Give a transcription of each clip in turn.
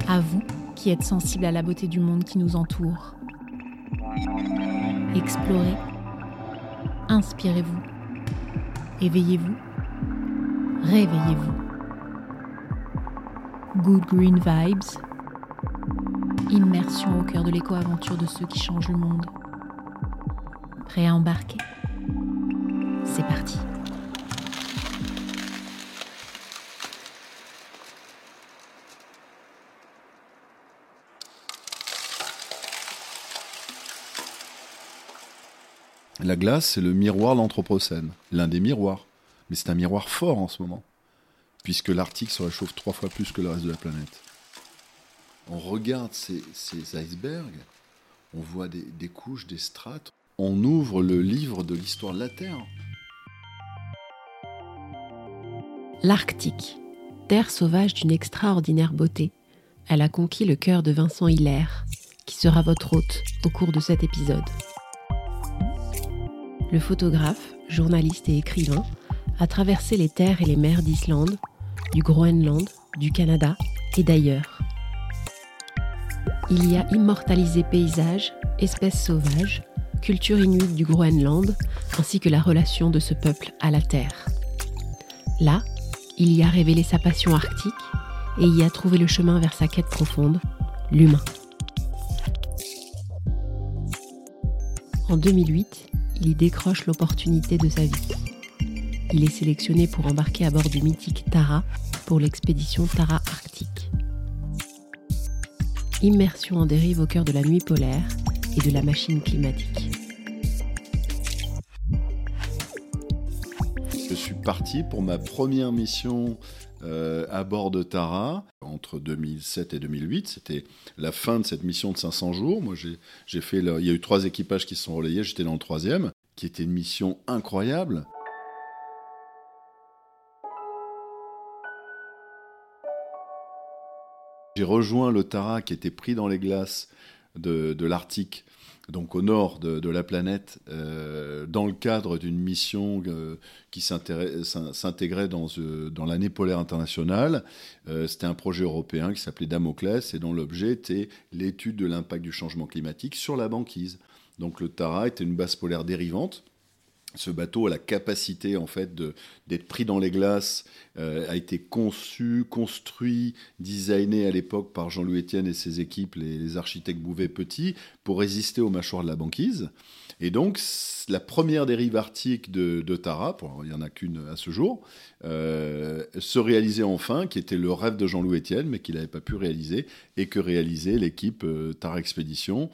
À vous qui êtes sensible à la beauté du monde qui nous entoure. Explorez, inspirez-vous, éveillez-vous, réveillez-vous. Good Green Vibes, immersion au cœur de l'éco-aventure de ceux qui changent le monde. Prêt à embarquer ? C'est parti. La glace, c'est le miroir de l'Anthropocène, l'un des miroirs. Mais c'est un miroir fort en ce moment, puisque l'Arctique se réchauffe 3 fois plus que le reste de la planète. On regarde ces icebergs, on voit des couches, des strates. On ouvre le livre de l'histoire de la Terre. L'Arctique, terre sauvage d'une extraordinaire beauté. Elle a conquis le cœur de Vincent Hilaire, qui sera votre hôte au cours de cet épisode. Le photographe, journaliste et écrivain a traversé les terres et les mers d'Islande, du Groenland, du Canada et d'ailleurs. Il y a immortalisé paysages, espèces sauvages, culture inuite du Groenland, ainsi que la relation de ce peuple à la terre. Là, il y a révélé sa passion arctique et y a trouvé le chemin vers sa quête profonde, l'humain. En 2008, il y décroche l'opportunité de sa vie. Il est sélectionné pour embarquer à bord du mythique Tara pour l'expédition Tara Arctique. Immersion en dérive au cœur de la nuit polaire et de la machine climatique. Je suis parti pour ma première mission à bord de Tara entre 2007 et 2008. C'était la fin de cette mission de 500 jours. Moi, j'ai fait il y a eu 3 équipages qui se sont relayés. J'étais dans le 3e, qui était une mission incroyable. J'ai rejoint le Tara qui était pris dans les glaces de l'Arctique, donc au nord de la planète, dans le cadre d'une mission qui s'intégrait dans l'année polaire internationale. C'était un projet européen qui s'appelait Damoclès et dont l'objet était l'étude de l'impact du changement climatique sur la banquise. Donc le Tara était une base polaire dérivante. Ce bateau a la capacité en fait d'être pris dans les glaces, a été conçu, construit, designé à l'époque par Jean-Louis Etienne et ses équipes, les architectes Bouvet-Petit, pour résister aux mâchoires de la banquise. Et donc la première dérive arctique de Tara, il n'y en a qu'une à ce jour, se réalisait enfin, qui était le rêve de Jean-Louis Etienne, mais qu'il n'avait pas pu réaliser, et que réalisait l'équipe Tara Expédition.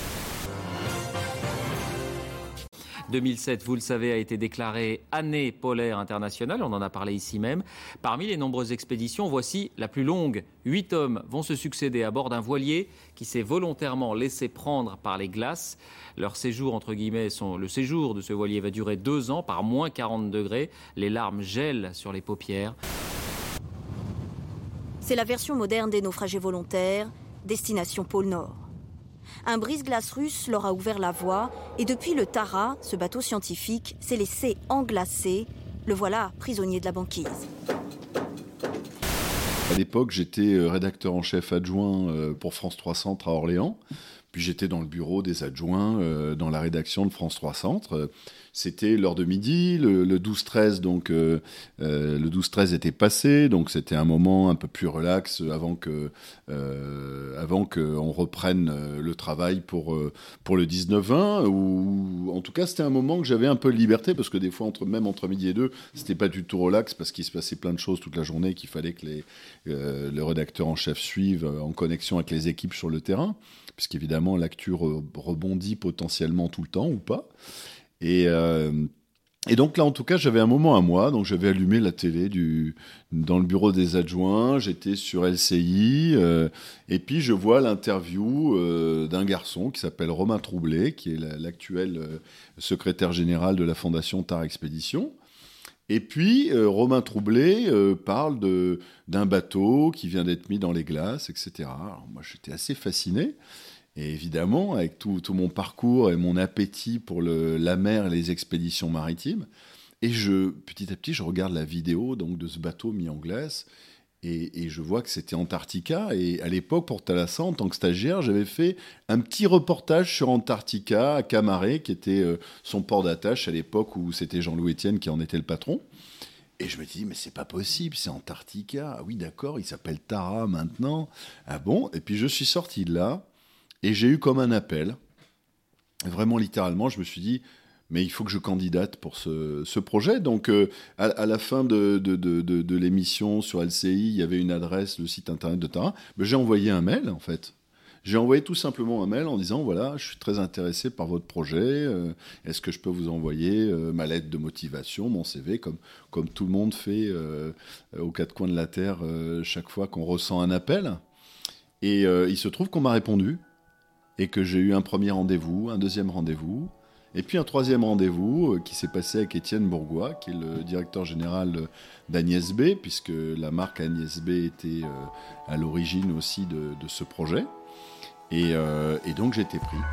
2007, vous le savez, a été déclarée année polaire internationale, on en a parlé ici même. Parmi les nombreuses expéditions, voici la plus longue. 8 hommes vont se succéder à bord d'un voilier qui s'est volontairement laissé prendre par les glaces. Leur séjour, entre guillemets, le séjour de ce voilier va durer 2 ans, par moins 40 degrés. Les larmes gèlent sur les paupières. C'est la version moderne des naufragés volontaires, destination pôle Nord. Un brise-glace russe leur a ouvert la voie et depuis le Tara, ce bateau scientifique s'est laissé englacer. Le voilà prisonnier de la banquise. À l'époque, j'étais rédacteur en chef adjoint pour France 3 Centre à Orléans. Puis j'étais dans le bureau des adjoints, dans la rédaction de France 3 Centre. C'était l'heure de midi, le 12-13, donc le 12-13 était passé, donc c'était un moment un peu plus relax avant qu'on reprenne le travail pour le 19-20, ou en tout cas c'était un moment que j'avais un peu de liberté, parce que des fois, même entre midi et 2, c'était pas du tout relax, parce qu'il se passait plein de choses toute la journée, qu'il fallait que le rédacteur en chef suive en connexion avec les équipes sur le terrain, puisqu'évidemment l'actu rebondit potentiellement tout le temps ou pas. Et donc là, en tout cas, j'avais un moment à moi, donc j'avais allumé la télé dans le bureau des adjoints, j'étais sur LCI, et puis je vois l'interview d'un garçon qui s'appelle Romain Troublé, qui est l'actuel secrétaire général de la Fondation Tara Expédition. Et puis, Romain Troublé parle d'un bateau qui vient d'être mis dans les glaces, etc. Alors, moi, j'étais assez fasciné. Et évidemment, avec tout mon parcours et mon appétit pour la mer et les expéditions maritimes, et petit à petit, je regarde la vidéo donc, de ce bateau mis en glace, Et je vois que c'était Antarctica. Et à l'époque, pour Thalassa, en tant que stagiaire, j'avais fait un petit reportage sur Antarctica à Camaret, qui était son port d'attache à l'époque où c'était Jean-Louis Etienne qui en était le patron. Et je me dis, mais c'est pas possible, c'est Antarctica. Ah oui, d'accord, il s'appelle Tara maintenant. Ah bon? Et puis je suis sorti de là et j'ai eu comme un appel. Vraiment, littéralement, je me suis dit, mais il faut que je candidate pour ce projet. Donc, à la fin de l'émission sur LCI, il y avait une adresse, le site internet de Tara. Ben, j'ai envoyé un mail, en fait. J'ai envoyé tout simplement un mail en disant, voilà, je suis très intéressé par votre projet. Est-ce que je peux vous envoyer ma lettre de motivation, mon CV, comme tout le monde fait aux quatre coins de la Terre chaque fois qu'on ressent un appel. Et il se trouve qu'on m'a répondu et que j'ai eu un premier rendez-vous, un deuxième rendez-vous, et puis un troisième rendez-vous qui s'est passé avec Étienne Bourgois, qui est le directeur général d'Agnès B, puisque la marque Agnès B était à l'origine aussi de ce projet. Et donc j'ai été pris.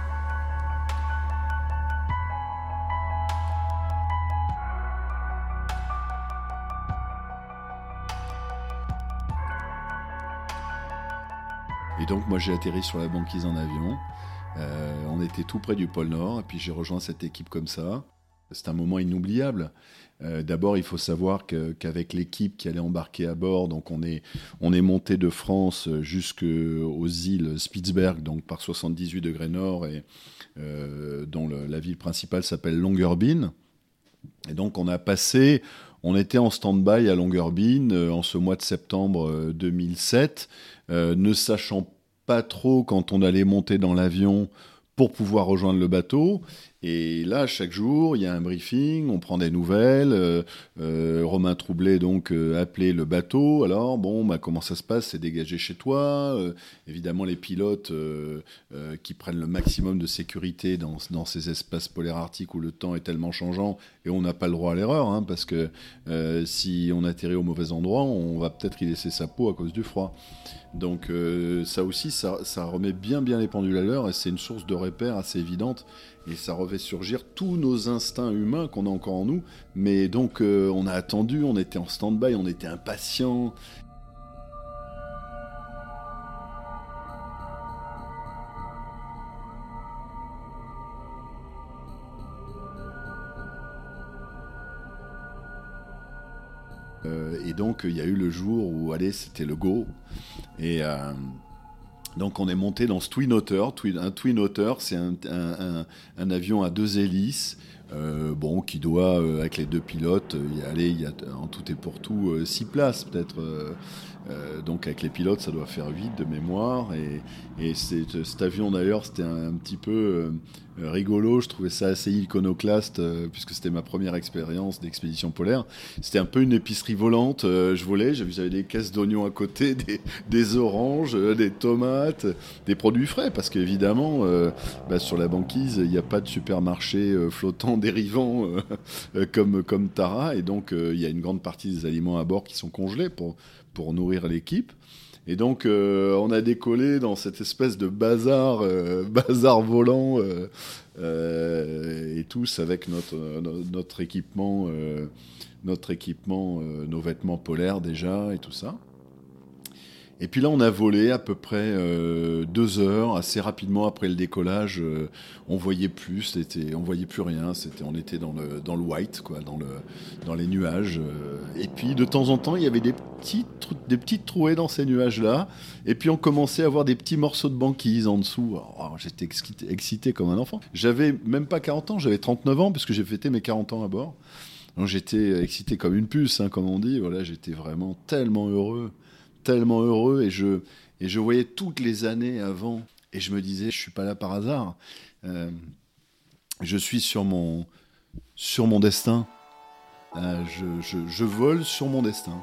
Et donc moi j'ai atterri sur la banquise en avion. On était tout près du pôle Nord, et puis j'ai rejoint cette équipe comme ça. C'est un moment inoubliable. D'abord, il faut savoir qu'avec l'équipe qui allait embarquer à bord, donc on est monté de France jusqu'aux îles Spitzberg, donc par 78 degrés nord, et dont la ville principale s'appelle Longyearbyen. Et donc on était en stand-by à Longyearbyen en ce mois de septembre 2007, ne sachant pas trop quand on allait monter dans l'avion pour pouvoir rejoindre le bateau. Et là, chaque jour, il y a un briefing, on prend des nouvelles. Romain Troublé, donc, appelait le bateau. Alors, comment ça se passe? C'est dégagé chez toi. Évidemment, les pilotes qui prennent le maximum de sécurité dans ces espaces polaires arctiques où le temps est tellement changeant et on n'a pas le droit à l'erreur, hein, parce que si on atterrit au mauvais endroit, on va peut-être y laisser sa peau à cause du froid. Donc ça aussi, ça remet bien les pendules à l'heure, et c'est une source de repère assez évidente, et ça refait surgir tous nos instincts humains qu'on a encore en nous. Mais donc on a attendu, on était en stand-by, on était impatients. Et donc il y a eu le jour où, allez, c'était le go. Et donc on est monté dans ce Twin Otter. Un Twin Otter, c'est un avion à 2 hélices, qui doit, avec les 2 pilotes, il y a en tout et pour tout 6 places peut-être. Donc avec les pilotes, ça doit faire 8 de mémoire. Et cet avion d'ailleurs, c'était un petit peu rigolo. Je trouvais ça assez iconoclaste, puisque c'était ma première expérience d'expédition polaire. C'était un peu une épicerie volante. Je volais, j'avais des caisses d'oignons à côté, des oranges, des tomates, des produits frais, parce qu'évidemment, sur la banquise, il n'y a pas de supermarché flottant, dérivant comme Tara. Et donc il y a une grande partie des aliments à bord qui sont congelés pour nourrir l'équipe. Et donc, on a décollé dans cette espèce de bazar volant, et tous avec notre équipement, nos vêtements polaires déjà, et tout ça. Et puis là, on a volé à peu près 2 heures, assez rapidement après le décollage. On voyait plus rien. On était dans le white, quoi, dans les nuages. Et puis de temps en temps, il y avait des petites trouées dans ces nuages-là. Et puis on commençait à avoir des petits morceaux de banquise en dessous. Alors, j'étais excité comme un enfant. J'avais même pas 40 ans, j'avais 39 ans, puisque j'ai fêté mes 40 ans à bord. Donc j'étais excité comme une puce, hein, comme on dit. Voilà, j'étais vraiment tellement heureux, et je voyais toutes les années avant, et je me disais, je suis pas là par hasard, je suis sur mon destin, je vole sur mon destin.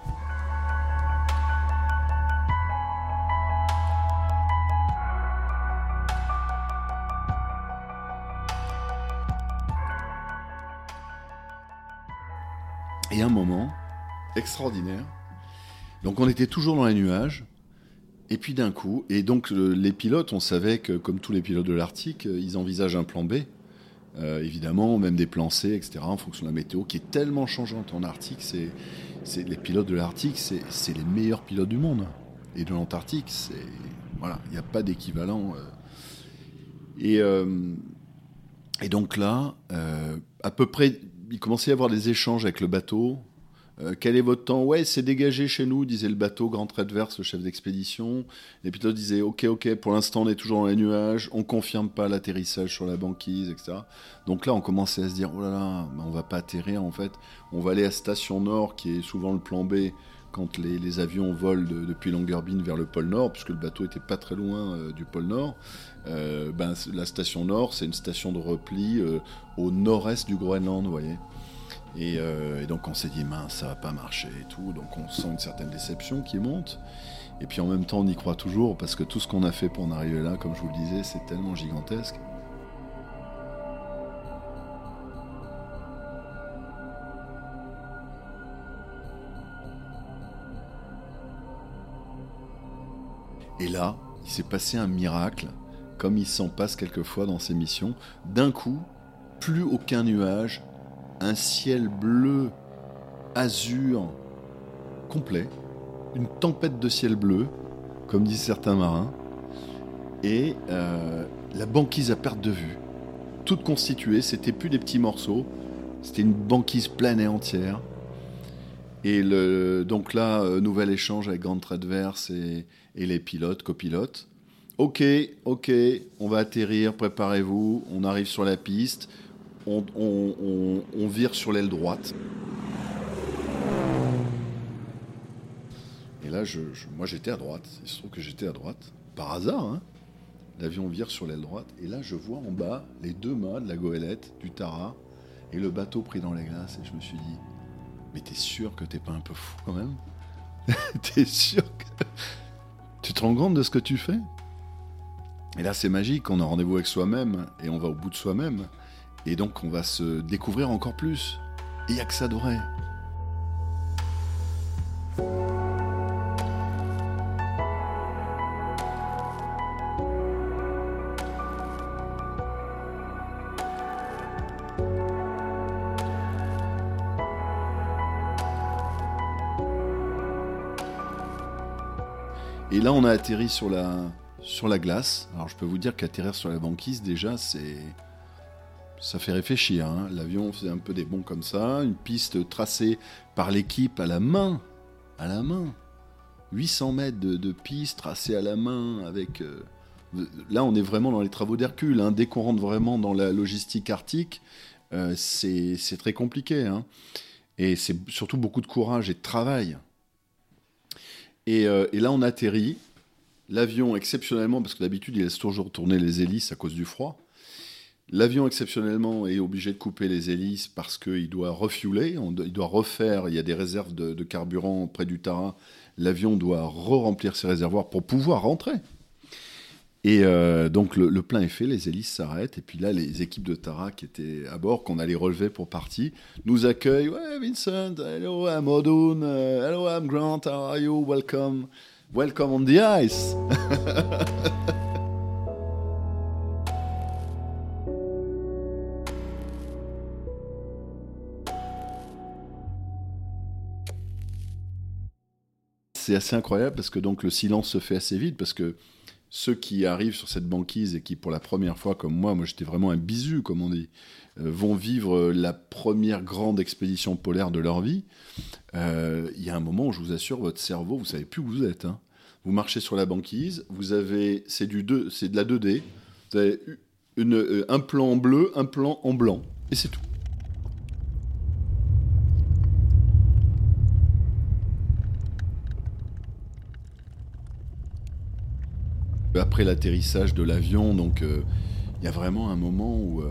Et un moment extraordinaire. Donc on était toujours dans les nuages, et puis d'un coup, et donc les pilotes, on savait que comme tous les pilotes de l'Arctique, ils envisagent un plan B. Évidemment, même des plans C, etc., en fonction de la météo, qui est tellement changeante en Arctique. Les pilotes de l'Arctique, c'est les meilleurs pilotes du monde. Et de l'Antarctique, voilà, il n'y a pas d'équivalent. Et donc là, à peu près, il commençait à y avoir des échanges avec le bateau. Quel est votre temps ? Ouais, c'est dégagé chez nous, disait le bateau, Grand Redverse, le chef d'expédition. Les pilotes disaient, ok, pour l'instant on est toujours dans les nuages, on confirme pas l'atterrissage sur la banquise, etc. Donc là on commençait à se dire, oh là là, on va pas atterrir en fait. On va aller à Station Nord, qui est souvent le plan B quand les avions volent depuis Longyearbyen vers le pôle Nord, puisque le bateau était pas très loin du pôle Nord. La Station Nord, c'est une station de repli au nord-est du Groenland, vous voyez. Et donc on s'est dit, mince, ça va pas marcher et tout. Donc on sent une certaine déception qui monte. Et puis en même temps, on y croit toujours, parce que tout ce qu'on a fait pour en arriver là, comme je vous le disais, c'est tellement gigantesque. Et là, il s'est passé un miracle, comme il s'en passe quelquefois dans ces missions. D'un coup, plus aucun nuage, un ciel bleu, azur, complet, une tempête de ciel bleu, comme disent certains marins, et la banquise à perte de vue, toute constituée, c'était plus des petits morceaux, c'était une banquise pleine et entière. Et donc là, nouvel échange avec Grand Redverse et les pilotes, copilotes. Ok, on va atterrir, préparez-vous, on arrive sur la piste. On vire sur l'aile droite. Et là, moi j'étais à droite. Il se trouve que j'étais à droite. Par hasard, hein. L'avion vire sur l'aile droite. Et là, je vois en bas les deux mâts de la goélette, du Tara, et le bateau pris dans les glaces. Et je me suis dit, mais t'es sûr que t'es pas un peu fou quand même ? T'es sûr que... Tu te rends compte de ce que tu fais ? Et là, c'est magique. On a rendez-vous avec soi-même et on va au bout de soi-même. Et donc, on va se découvrir encore plus. Et il n'y a que ça de vrai. Et là, on a atterri sur la glace. Alors, je peux vous dire qu'atterrir sur la banquise, déjà, ça fait réfléchir, hein. L'avion faisait un peu des bonds comme ça, une piste tracée par l'équipe à la main. 800 mètres de piste tracée à la main avec... Là, on est vraiment dans les travaux d'Hercule, hein. Dès qu'on rentre vraiment dans la logistique arctique, c'est très compliqué, hein. Et c'est surtout beaucoup de courage et de travail. Et là, on atterrit. L'avion, exceptionnellement, parce que d'habitude, il laisse toujours tourner les hélices à cause du froid. L'avion, exceptionnellement, est obligé de couper les hélices parce qu'il doit refueler, il doit refaire, il y a des réserves de carburant près du Tara. L'avion doit re-remplir ses réservoirs pour pouvoir rentrer. Et donc, le plein est fait, les hélices s'arrêtent. Et puis là, les équipes de Tara qui étaient à bord, qu'on allait relever pour partie, nous accueillent. « Ouais, Vincent, hello, I'm Odun, hello, I'm Grant, how are you, welcome. Welcome on the ice. » C'est assez incroyable parce que donc le silence se fait assez vite, parce que ceux qui arrivent sur cette banquise et qui pour la première fois comme moi j'étais vraiment un bisu comme on dit, vont vivre la première grande expédition polaire de leur vie. Il y a un moment où je vous assure, votre cerveau, vous savez plus où vous êtes, hein. Vous marchez sur la banquise, c'est de la 2D, vous avez un plan en bleu, un plan en blanc, et c'est tout. Après l'atterrissage de l'avion, donc il y a vraiment un moment où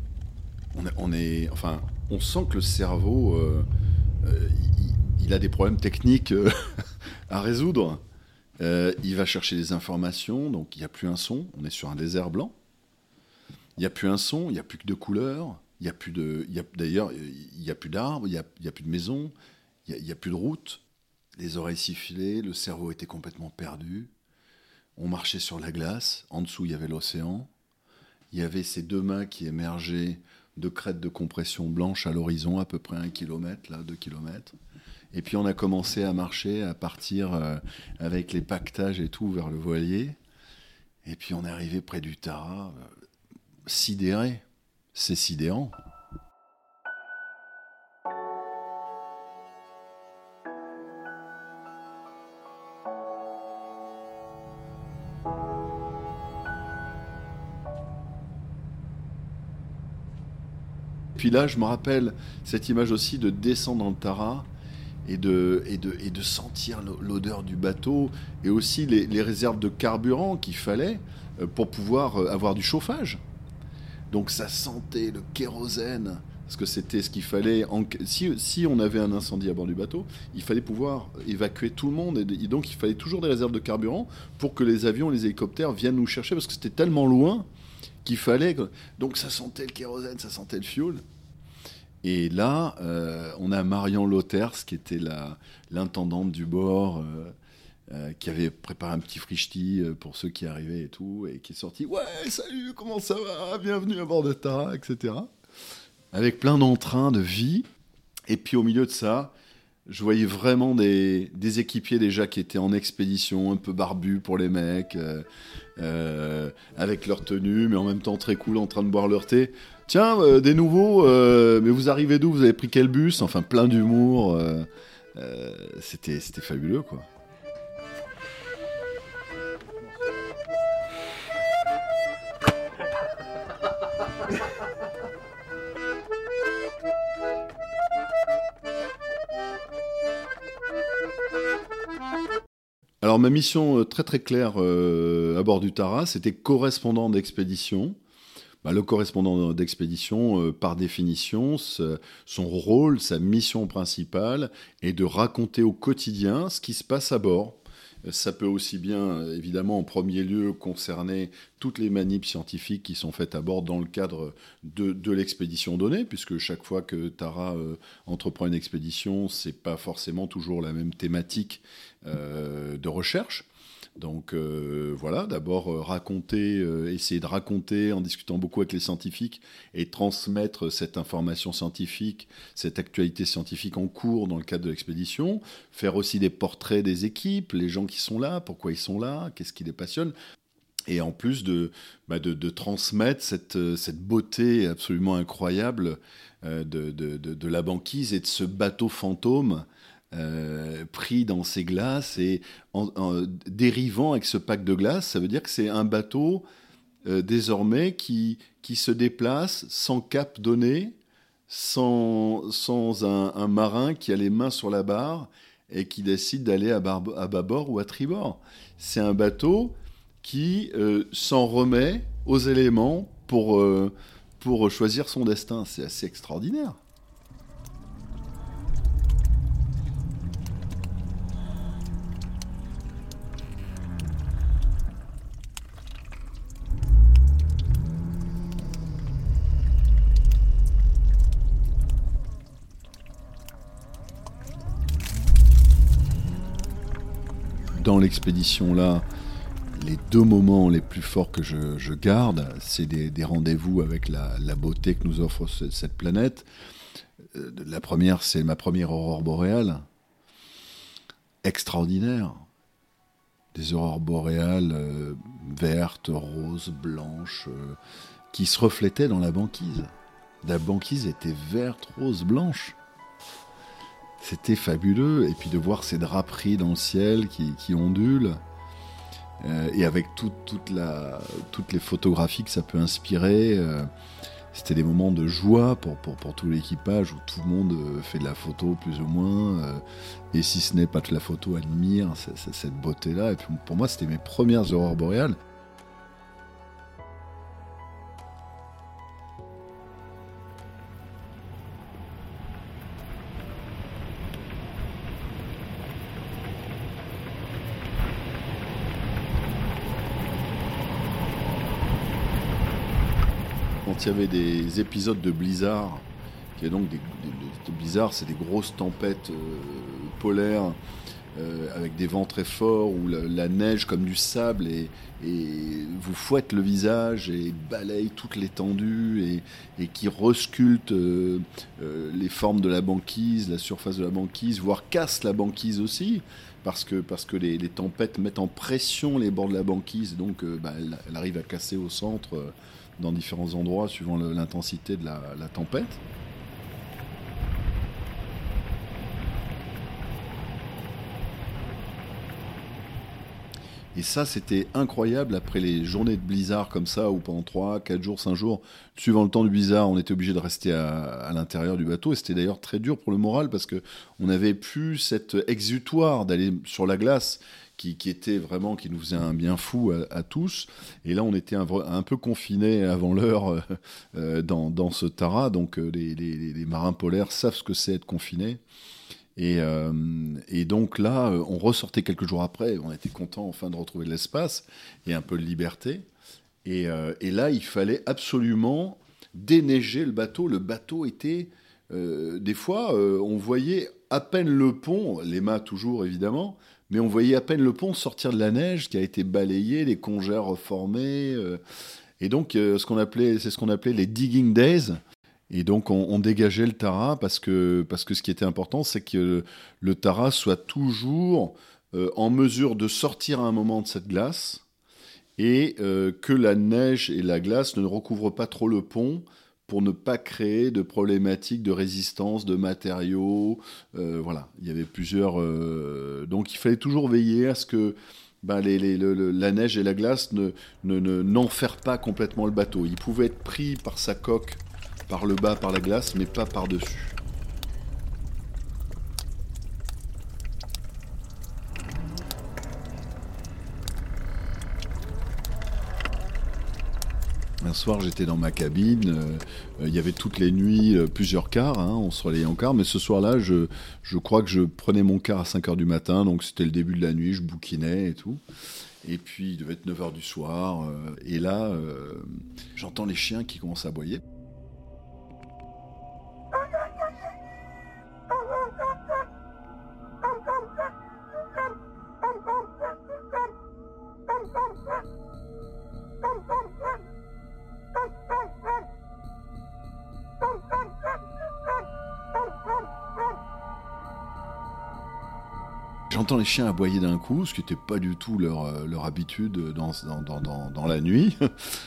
on sent que le cerveau il a des problèmes techniques à résoudre. Il va chercher des informations, donc il n'y a plus un son, on est sur un désert blanc. Il n'y a plus un son, il n'y a plus que de couleurs, d'ailleurs il n'y a plus d'arbres, il n'y a plus de maisons, il n'y a plus de route. Les oreilles sifflaient, le cerveau était complètement perdu. On marchait sur la glace, en dessous il y avait l'océan, il il y avait ces 2 mâts qui émergeaient de crêtes de compression blanche à l'horizon, à peu près 1 kilomètre, 2 kilomètres. Et puis on a commencé à marcher, à partir avec les pactages et tout vers le voilier. Et puis on est arrivé près du Tara, sidéré. C'est sidérant. Puis là, je me rappelle cette image aussi de descendre dans le Tara et de sentir l'odeur du bateau et aussi les réserves de carburant qu'il fallait pour pouvoir avoir du chauffage. Donc ça sentait le kérosène, parce que c'était ce qu'il fallait. Si on avait un incendie à bord du bateau, il fallait pouvoir évacuer tout le monde. Et donc il fallait toujours des réserves de carburant pour que les avions, les hélicoptères viennent nous chercher, parce que c'était tellement loin qu'il fallait. Donc ça sentait le kérosène, ça sentait le fioul. Et là, on a Marion Lauters, qui était l'intendante du bord, qui avait préparé un petit frichti pour ceux qui arrivaient et tout, et qui est sortie. Ouais, salut, comment ça va ? Bienvenue à bord de Tara, etc. Avec plein d'entrain, de vie. Et puis au milieu de ça, je voyais vraiment des équipiers déjà qui étaient en expédition, un peu barbus pour les mecs, avec leur tenue, mais en même temps très cool, en train de boire leur thé. Tiens, des nouveaux, mais vous arrivez d'où ? Vous avez pris quel bus ? Enfin, plein d'humour. C'était fabuleux, quoi. Alors, ma mission très très claire à bord du Tara, c'était correspondant d'expédition. Le correspondant d'expédition, par définition, son rôle, sa mission principale est de raconter au quotidien ce qui se passe à bord. Ça peut aussi bien, évidemment, en premier lieu, concerner toutes les manips scientifiques qui sont faites à bord dans le cadre de l'expédition donnée, puisque chaque fois que Tara entreprend une expédition, c'est pas forcément toujours la même thématique de recherche. Donc voilà, d'abord essayer de raconter en discutant beaucoup avec les scientifiques et transmettre cette information scientifique, cette actualité scientifique en cours dans le cadre de l'expédition, faire aussi des portraits des équipes, les gens qui sont là, pourquoi ils sont là, qu'est-ce qui les passionne, et en plus de transmettre cette beauté absolument incroyable de la banquise et de ce bateau fantôme pris dans ces glaces et en dérivant avec ce pack de glace. Ça veut dire que c'est un bateau désormais qui se déplace sans cap donné, sans un marin qui a les mains sur la barre et qui décide d'aller à bâbord ou à tribord. C'est un bateau qui s'en remet aux éléments pour choisir son destin. C'est assez extraordinaire. Dans l'expédition-là, les 2 moments les plus forts que je garde, c'est des rendez-vous avec la beauté que nous offre cette planète. La première, c'est ma première aurore boréale. Extraordinaire. Des aurores boréales vertes, roses, blanches, qui se reflétaient dans la banquise. La banquise était verte, rose, blanche. C'était fabuleux. Et puis de voir ces draperies dans le ciel qui ondulent. Et avec toutes les photographies que ça peut inspirer. C'était des moments de joie pour tout l'équipage où tout le monde fait de la photo plus ou moins. Et si ce n'est pas de la photo, admire cette beauté-là. Et puis pour moi, c'était mes premières aurores boréales. Quand il y avait des épisodes de blizzard, qui est donc des blizzards, c'est des grosses tempêtes polaires avec des vents très forts, où la neige comme du sable et vous fouette le visage et balaye toute l'étendue et qui resculpte les formes de la banquise, la surface de la banquise, voire casse la banquise aussi, parce que les tempêtes mettent en pression les bords de la banquise, donc elle arrive à casser au centre dans différents endroits suivant l'intensité de la tempête. Et ça, c'était incroyable après les journées de blizzard comme ça, où pendant 3, 4 jours, 5 jours, suivant le temps du blizzard, on était obligé de rester à l'intérieur du bateau. Et c'était d'ailleurs très dur pour le moral parce qu'on n'avait plus cet exutoire d'aller sur la glace qui était vraiment, qui nous faisait un bien fou à tous. Et là, on était un peu confinés avant l'heure dans ce Tara. Donc les marins polaires savent ce que c'est être confinés. Et donc là, on ressortait quelques jours après, on était content enfin de retrouver de l'espace et un peu de liberté. Et là, il fallait absolument déneiger le bateau. Le bateau était... des fois, on voyait à peine le pont, les mâts toujours évidemment, mais on voyait à peine le pont sortir de la neige qui a été balayée, les congères reformées. Et donc, c'est ce qu'on appelait les digging days. Et donc, on dégageait le Tara parce que ce qui était important, c'est que le Tara soit toujours en mesure de sortir à un moment de cette glace et que la neige et la glace ne recouvrent pas trop le pont pour ne pas créer de problématiques de résistance, de matériaux. Voilà, il y avait plusieurs... donc, il fallait toujours veiller à ce que la neige et la glace n'enferment pas complètement le bateau. Il pouvait être pris par sa coque par le bas, par la glace, mais pas par-dessus. Un soir, j'étais dans ma cabine, il y avait toutes les nuits plusieurs quarts, on se relayait en quart, mais ce soir-là, je crois que je prenais mon quart à 5h du matin, donc c'était le début de la nuit, je bouquinais et tout. Et puis, il devait être 9h du soir, et là, j'entends les chiens qui commencent à aboyer. J'entends les chiens aboyer d'un coup, ce qui n'était pas du tout leur habitude dans la nuit.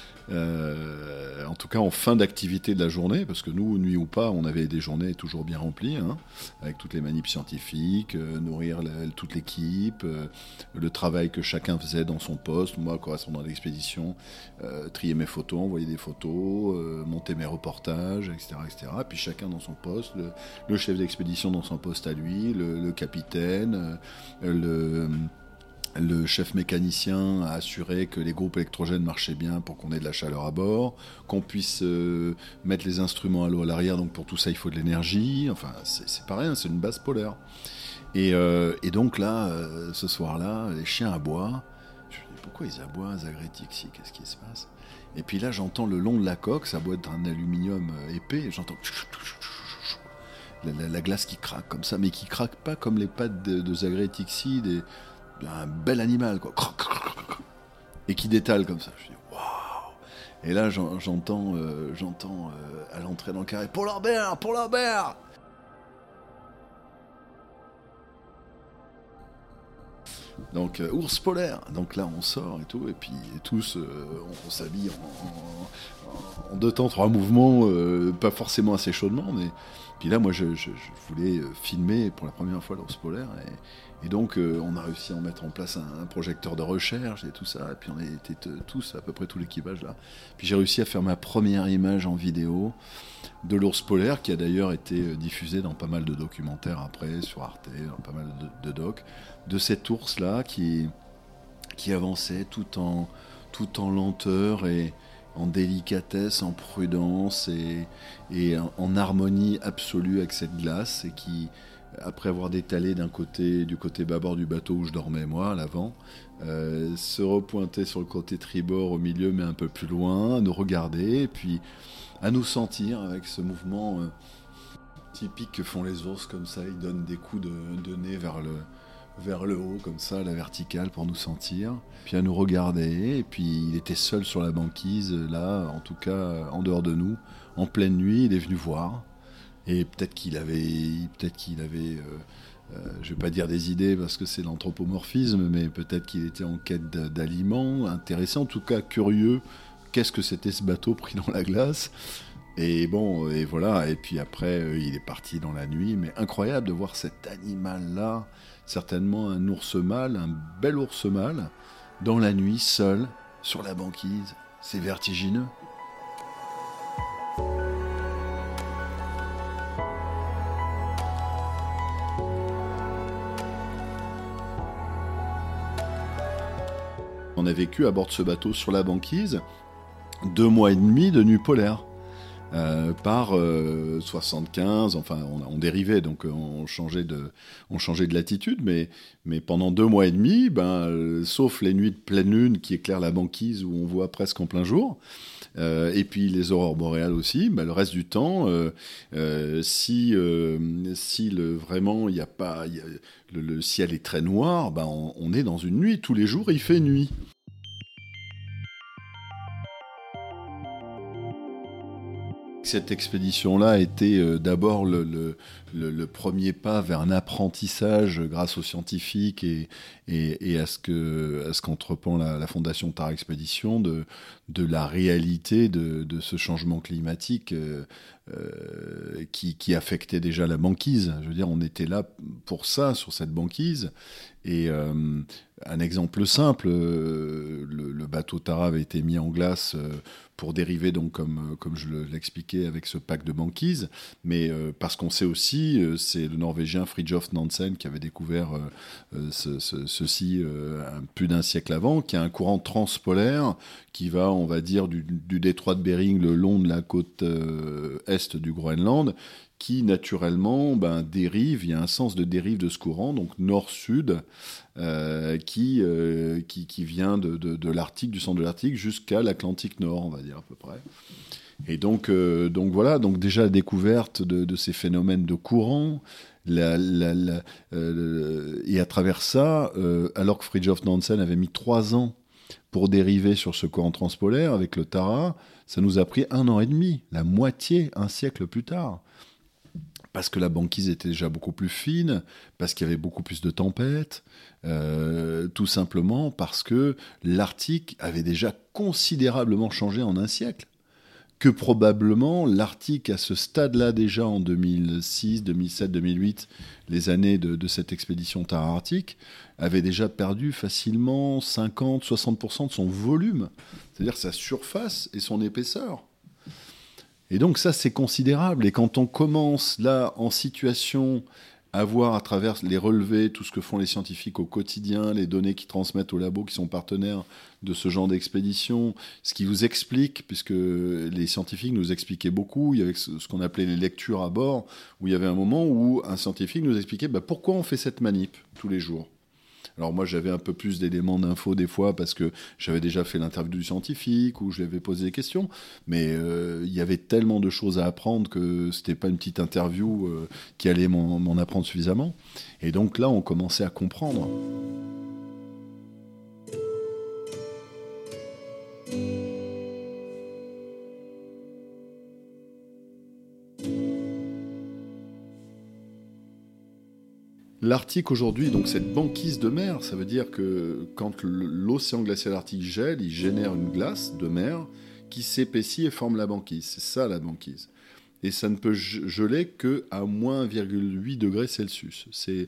En tout cas en fin d'activité de la journée, parce que nous, nuit ou pas, on avait des journées toujours bien remplies, avec toutes les manips scientifiques, nourrir toute l'équipe, le travail que chacun faisait dans son poste, moi correspondant à l'expédition, trier mes photos, envoyer des photos, monter mes reportages, etc., etc. Puis chacun dans son poste, le chef d'expédition dans son poste à lui, le capitaine, le chef mécanicien a assuré que les groupes électrogènes marchaient bien pour qu'on ait de la chaleur à bord, qu'on puisse mettre les instruments à l'eau à l'arrière, donc pour tout ça il faut de l'énergie, enfin c'est pas rien, c'est une base polaire. Et donc là, ce soir-là, les chiens aboient. Je me dis pourquoi ils aboient, Zagretixi, qu'est-ce qui se passe? Et puis là j'entends le long de la coque, ça doit être un aluminium épais, et j'entends la glace qui craque comme ça, mais qui craque pas comme les pattes de Zagretixi, un bel animal, quoi, et qui détale comme ça. Je dis waouh! Et là, j'entends à l'entrée dans le carré, Polar Bear! Donc ours polaire. Donc là, on sort et tout, et puis tous, on s'habille en 2 temps, 3 mouvements, pas forcément assez chaudement, mais puis là, moi, je voulais filmer pour la première fois l'ours polaire. Et donc, on a réussi à en mettre en place un projecteur de recherche et tout ça. Et puis, on était tous, à peu près tout l'équipage là. Puis, j'ai réussi à faire ma première image en vidéo de l'ours polaire, qui a d'ailleurs été diffusée dans pas mal de documentaires après, sur Arte, dans pas mal de docs, de cet ours-là qui avançait tout en lenteur et en délicatesse, en prudence et en harmonie absolue avec cette glace, et qui, après avoir détalé du côté bâbord du bateau où je dormais moi, à l'avant, se repointait sur le côté tribord au milieu, mais un peu plus loin, à nous regarder, et puis à nous sentir avec ce mouvement typique que font les ours comme ça. Ils donnent des coups de nez vers le haut, comme ça, à la verticale, pour nous sentir, puis à nous regarder, et puis il était seul sur la banquise, là, en tout cas, en dehors de nous, en pleine nuit, il est venu voir, et peut-être qu'il avait je ne vais pas dire des idées parce que c'est l'anthropomorphisme, mais peut-être qu'il était en quête d'aliments, intéressé, en tout cas curieux, qu'est-ce que c'était ce bateau pris dans la glace. Et bon, et voilà, et puis après, il est parti dans la nuit, mais incroyable de voir cet animal-là, certainement un ours mâle, un bel ours mâle, dans la nuit, seul, sur la banquise. C'est vertigineux. On a vécu à bord de ce bateau sur la banquise 2 mois et demi de nuit polaire. Par 75, enfin on dérivait, donc on changeait de latitude, mais pendant 2 mois et demi, sauf les nuits de pleine lune qui éclairent la banquise où on voit presque en plein jour, et puis les aurores boréales aussi, le reste du temps, si vraiment il y a pas, le ciel est très noir, on est dans une nuit, tous les jours il fait nuit. Cette expédition-là a été d'abord le premier pas vers un apprentissage grâce aux scientifiques et à ce qu'entreprend la Fondation Tara Expédition de la réalité de ce changement climatique qui affectait déjà la banquise. Je veux dire, on était là pour ça, sur cette banquise. Et un exemple simple, le bateau Tara avait été mis en glace pour dériver, donc comme je l'expliquais, avec ce pack de banquise, mais parce qu'on sait aussi, c'est le Norvégien Fridtjof Nansen qui avait découvert ceci plus d'un siècle avant, qui a un courant transpolaire qui va, on va dire, du détroit de Bering le long de la côte est du Groenland, qui naturellement dérive, il y a un sens de dérive de ce courant, donc nord-sud, qui vient de l'Arctique, du centre de l'Arctique, jusqu'à l'Atlantique Nord, on va dire à peu près. Et donc voilà, donc déjà la découverte de ces phénomènes de courant, et à travers ça, alors que Fridtjof Nansen avait mis 3 ans pour dériver sur ce courant transpolaire avec le Tara, ça nous a pris 1 an et demi, la moitié, un siècle plus tard. Parce que la banquise était déjà beaucoup plus fine, parce qu'il y avait beaucoup plus de tempêtes, tout simplement parce que l'Arctique avait déjà considérablement changé en un siècle. Que probablement l'Arctique, à ce stade-là déjà, en 2006, 2007, 2008, les années de cette expédition Tara Arctique, avait déjà perdu facilement 50-60% de son volume, c'est-à-dire sa surface et son épaisseur. Et donc ça, c'est considérable. Et quand on commence là en situation à voir à travers les relevés, tout ce que font les scientifiques au quotidien, les données qu'ils transmettent aux labos qui sont partenaires de ce genre d'expédition, ce qui vous explique, puisque les scientifiques nous expliquaient beaucoup, il y avait ce qu'on appelait les lectures à bord, où il y avait un moment où un scientifique nous expliquait pourquoi on fait cette manip tous les jours. Alors moi, j'avais un peu plus d'éléments d'infos des fois parce que j'avais déjà fait l'interview du scientifique ou je lui avais posé des questions. Mais il y avait tellement de choses à apprendre que c'était pas une petite interview qui allait m'en apprendre suffisamment. Et donc là, on commençait à comprendre. L'Arctique aujourd'hui, donc cette banquise de mer, ça veut dire que quand l'océan glacial arctique gèle, il génère une glace de mer qui s'épaissit et forme la banquise. C'est ça la banquise. Et ça ne peut geler qu'à moins 1,8 degrés Celsius. C'est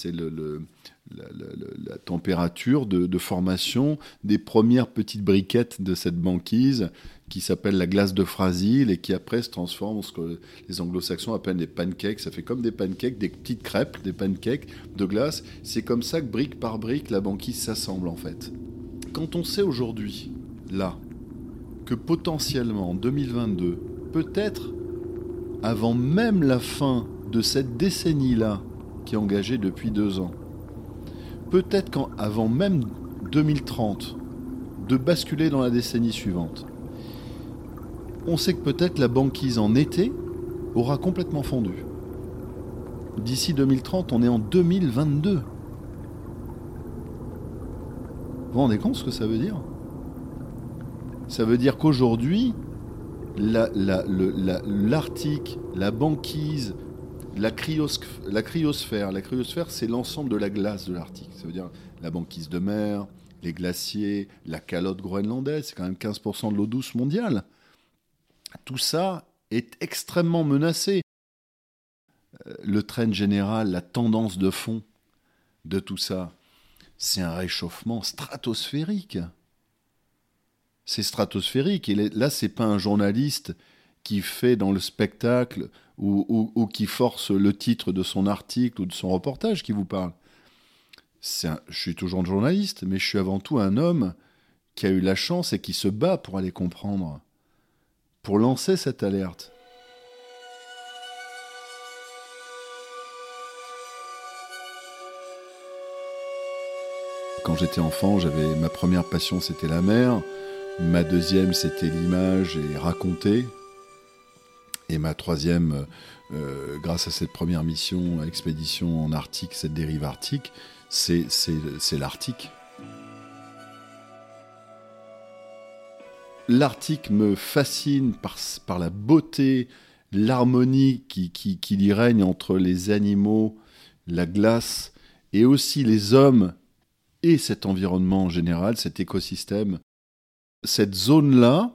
la température de formation des premières petites briquettes de cette banquise qui s'appelle la glace de Frasile et qui après se transforme en ce que les anglo-saxons appellent des pancakes. Ça fait comme des pancakes, des petites crêpes, des pancakes de glace. C'est comme ça que brique par brique, la banquise s'assemble en fait. Quand on sait aujourd'hui, là, que potentiellement en 2022, peut-être avant même la fin de cette décennie-là, qui est engagée depuis 2 ans, peut-être qu'avant même 2030, de basculer dans la décennie suivante, on sait que peut-être la banquise en été aura complètement fondu. D'ici 2030, on est en 2022. Vous vous rendez compte ce que ça veut dire ? Ça veut dire qu'aujourd'hui, l'Arctique, la banquise, la cryosphère, c'est l'ensemble de la glace de l'Arctique. Ça veut dire la banquise de mer, les glaciers, la calotte groenlandaise, c'est quand même 15% de l'eau douce mondiale. Tout ça est extrêmement menacé. Le trend général, la tendance de fond de tout ça, c'est un réchauffement stratosphérique. C'est stratosphérique. Et là, c'est pas un journaliste qui fait dans le spectacle ou qui force le titre de son article ou de son reportage qui vous parle. Je suis toujours journaliste, mais je suis avant tout un homme qui a eu la chance et qui se bat pour aller comprendre, pour lancer cette alerte. Quand j'étais enfant, ma première passion, c'était la mer. Ma deuxième, c'était l'image et raconter. Et ma troisième, grâce à cette première mission, expédition en Arctique, cette dérive arctique, c'est l'Arctique. L'Arctique me fascine par la beauté, l'harmonie qui y règne entre les animaux, la glace, et aussi les hommes et cet environnement en général, cet écosystème. Cette zone-là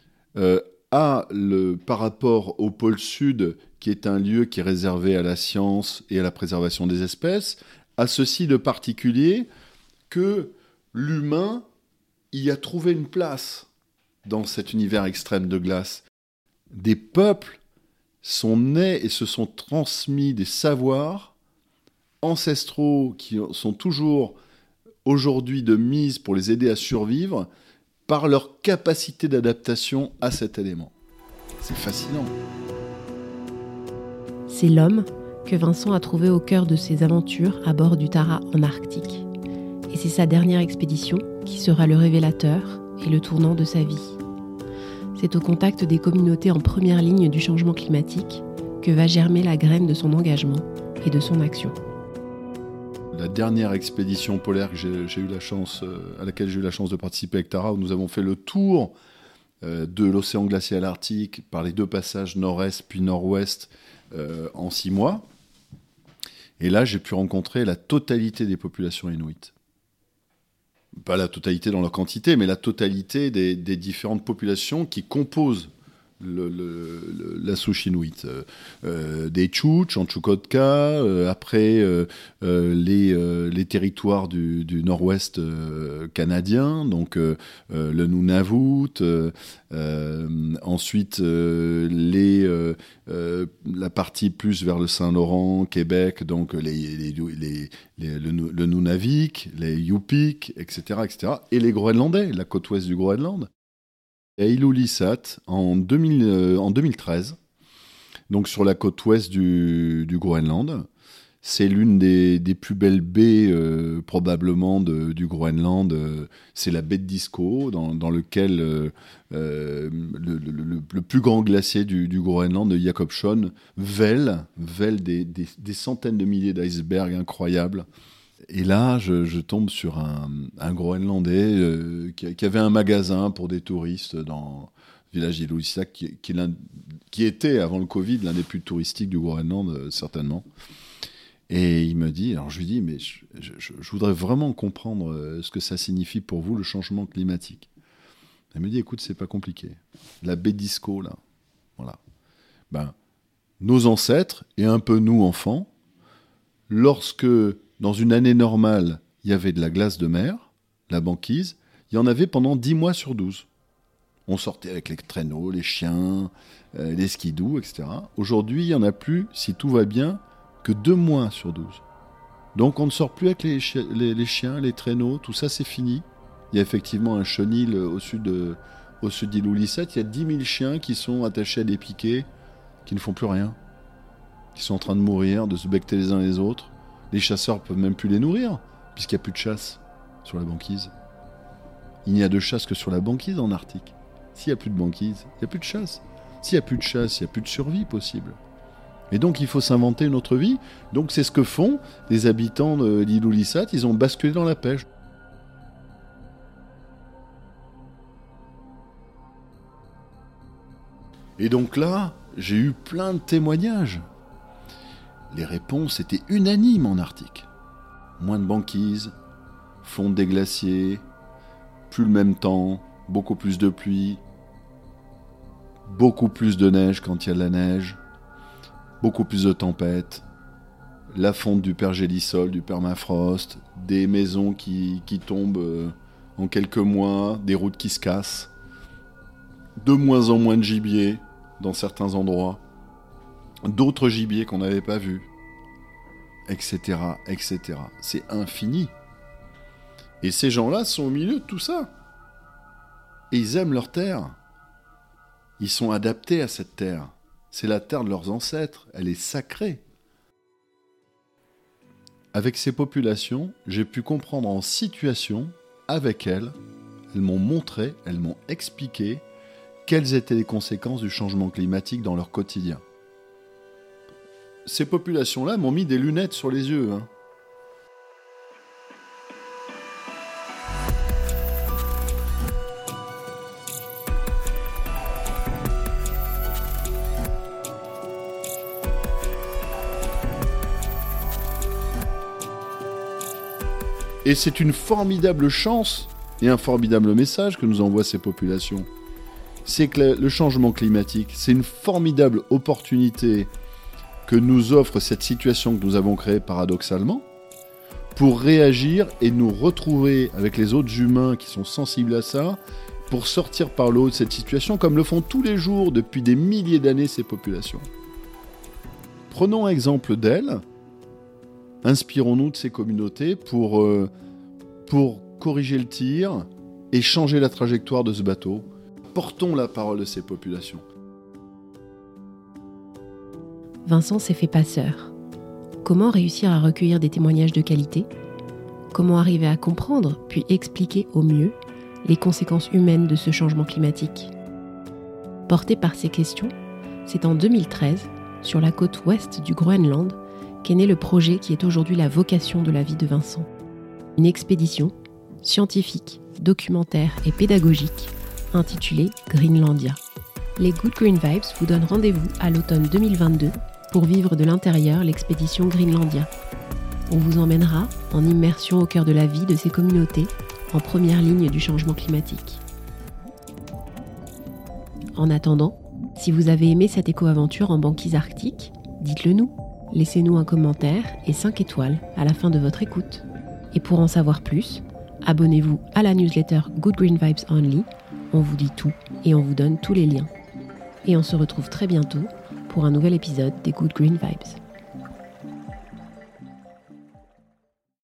par rapport au pôle Sud, qui est un lieu qui est réservé à la science et à la préservation des espèces, a ceci de particulier que l'humain y a trouvé une place dans cet univers extrême de glace. Des peuples sont nés et se sont transmis des savoirs ancestraux qui sont toujours aujourd'hui de mise pour les aider à survivre par leur capacité d'adaptation à cet élément. C'est fascinant. C'est l'homme que Vincent a trouvé au cœur de ses aventures à bord du Tara en Arctique. Et c'est sa dernière expédition qui sera le révélateur et le tournant de sa vie. C'est au contact des communautés en première ligne du changement climatique que va germer la graine de son engagement et de son action. La dernière expédition polaire à laquelle j'ai eu la chance de participer avec Tara, où nous avons fait le tour de l'océan glacial arctique par les deux passages nord-est puis nord-ouest en 6 mois. Et là, j'ai pu rencontrer la totalité des populations inuites. Pas la totalité dans leur quantité, mais la totalité des différentes populations qui composent la souche inuite. Des Tchouktches en Tchoukotka, après les territoires du nord-ouest canadien, donc le Nunavut, ensuite la partie plus vers le Saint-Laurent, Québec, donc le Nunavik, les Yupik, etc., et les Groenlandais, la côte ouest du Groenland. À Ilulissat en 2013, donc sur la côte ouest du Groenland. C'est l'une des plus belles baies probablement du Groenland. C'est la baie de Disko, dans lequel le plus grand glacier du Groenland, de Jakobshavn, vèle des centaines de milliers d'icebergs incroyables. Et là, je tombe sur un Groenlandais qui avait un magasin pour des touristes dans le village d'Ilulissat, qui était, avant le Covid, l'un des plus touristiques du Groenland, certainement. Et il me dit, alors je lui dis, mais je voudrais vraiment comprendre ce que ça signifie pour vous, le changement climatique. Il me dit, écoute, c'est pas compliqué. La baie d'Isko, là, voilà. Nos ancêtres, et un peu nous, enfants, lorsque... Dans une année normale, il y avait de la glace de mer, la banquise. Il y en avait pendant 10 mois sur 12. On sortait avec les traîneaux, les chiens, les skidoo, etc. Aujourd'hui, il n'y en a plus, si tout va bien, que 2 mois sur 12. Donc on ne sort plus avec les chiens, les traîneaux, tout ça c'est fini. Il y a effectivement un chenil au sud d'Ilulissat. Il y a 10 000 chiens qui sont attachés à des piquets, qui ne font plus rien, qui sont en train de mourir, de se becqueter les uns les autres. Les chasseurs ne peuvent même plus les nourrir, puisqu'il n'y a plus de chasse sur la banquise. Il n'y a de chasse que sur la banquise en Arctique. S'il n'y a plus de banquise, il n'y a plus de chasse. S'il n'y a plus de chasse, il n'y a plus de survie possible. Et donc il faut s'inventer une autre vie. Donc c'est ce que font les habitants d'Ilulissat, ils ont basculé dans la pêche. Et donc là, j'ai eu plein de témoignages. Les réponses étaient unanimes en Arctique. Moins de banquise, fonte des glaciers, plus le même temps, beaucoup plus de pluie, beaucoup plus de neige quand il y a de la neige, beaucoup plus de tempêtes, la fonte du pergélisol, du permafrost, des maisons qui tombent en quelques mois, des routes qui se cassent, de moins en moins de gibier dans certains endroits, d'autres gibiers qu'on n'avait pas vus, etc., etc. C'est infini. Et ces gens-là sont au milieu de tout ça. Et ils aiment leur terre. Ils sont adaptés à cette terre. C'est la terre de leurs ancêtres. Elle est sacrée. Avec ces populations, j'ai pu comprendre en situation, avec elles, elles m'ont montré, elles m'ont expliqué quelles étaient les conséquences du changement climatique dans leur quotidien. Ces populations-là m'ont mis des lunettes sur les yeux. Et c'est une formidable chance et un formidable message que nous envoient ces populations. C'est que le changement climatique, c'est une formidable opportunité que nous offre cette situation que nous avons créée paradoxalement pour réagir et nous retrouver avec les autres humains qui sont sensibles à ça pour sortir par le haut de cette situation comme le font tous les jours depuis des milliers d'années ces populations. Prenons exemple d'elles. Inspirons-nous de ces communautés pour corriger le tir et changer la trajectoire de ce bateau. Portons la parole de ces populations. Vincent s'est fait passeur. Comment réussir à recueillir des témoignages de qualité ? Comment arriver à comprendre, puis expliquer au mieux les conséquences humaines de ce changement climatique ? Porté par ces questions, c'est en 2013, sur la côte ouest du Groenland, qu'est né le projet qui est aujourd'hui la vocation de la vie de Vincent. Une expédition scientifique, documentaire et pédagogique intitulée Greenlandia. Les Good Green Vibes vous donnent rendez-vous à l'automne 2022 pour vivre de l'intérieur l'expédition Greenlandia. On vous emmènera en immersion au cœur de la vie de ces communautés, en première ligne du changement climatique. En attendant, si vous avez aimé cette éco-aventure en banquise arctique, dites-le nous. Laissez-nous un commentaire et 5 étoiles à la fin de votre écoute. Et pour en savoir plus, abonnez-vous à la newsletter Good Green Vibes Only. On vous dit tout et on vous donne tous les liens. Et on se retrouve très bientôt pour un nouvel épisode des Good Green Vibes.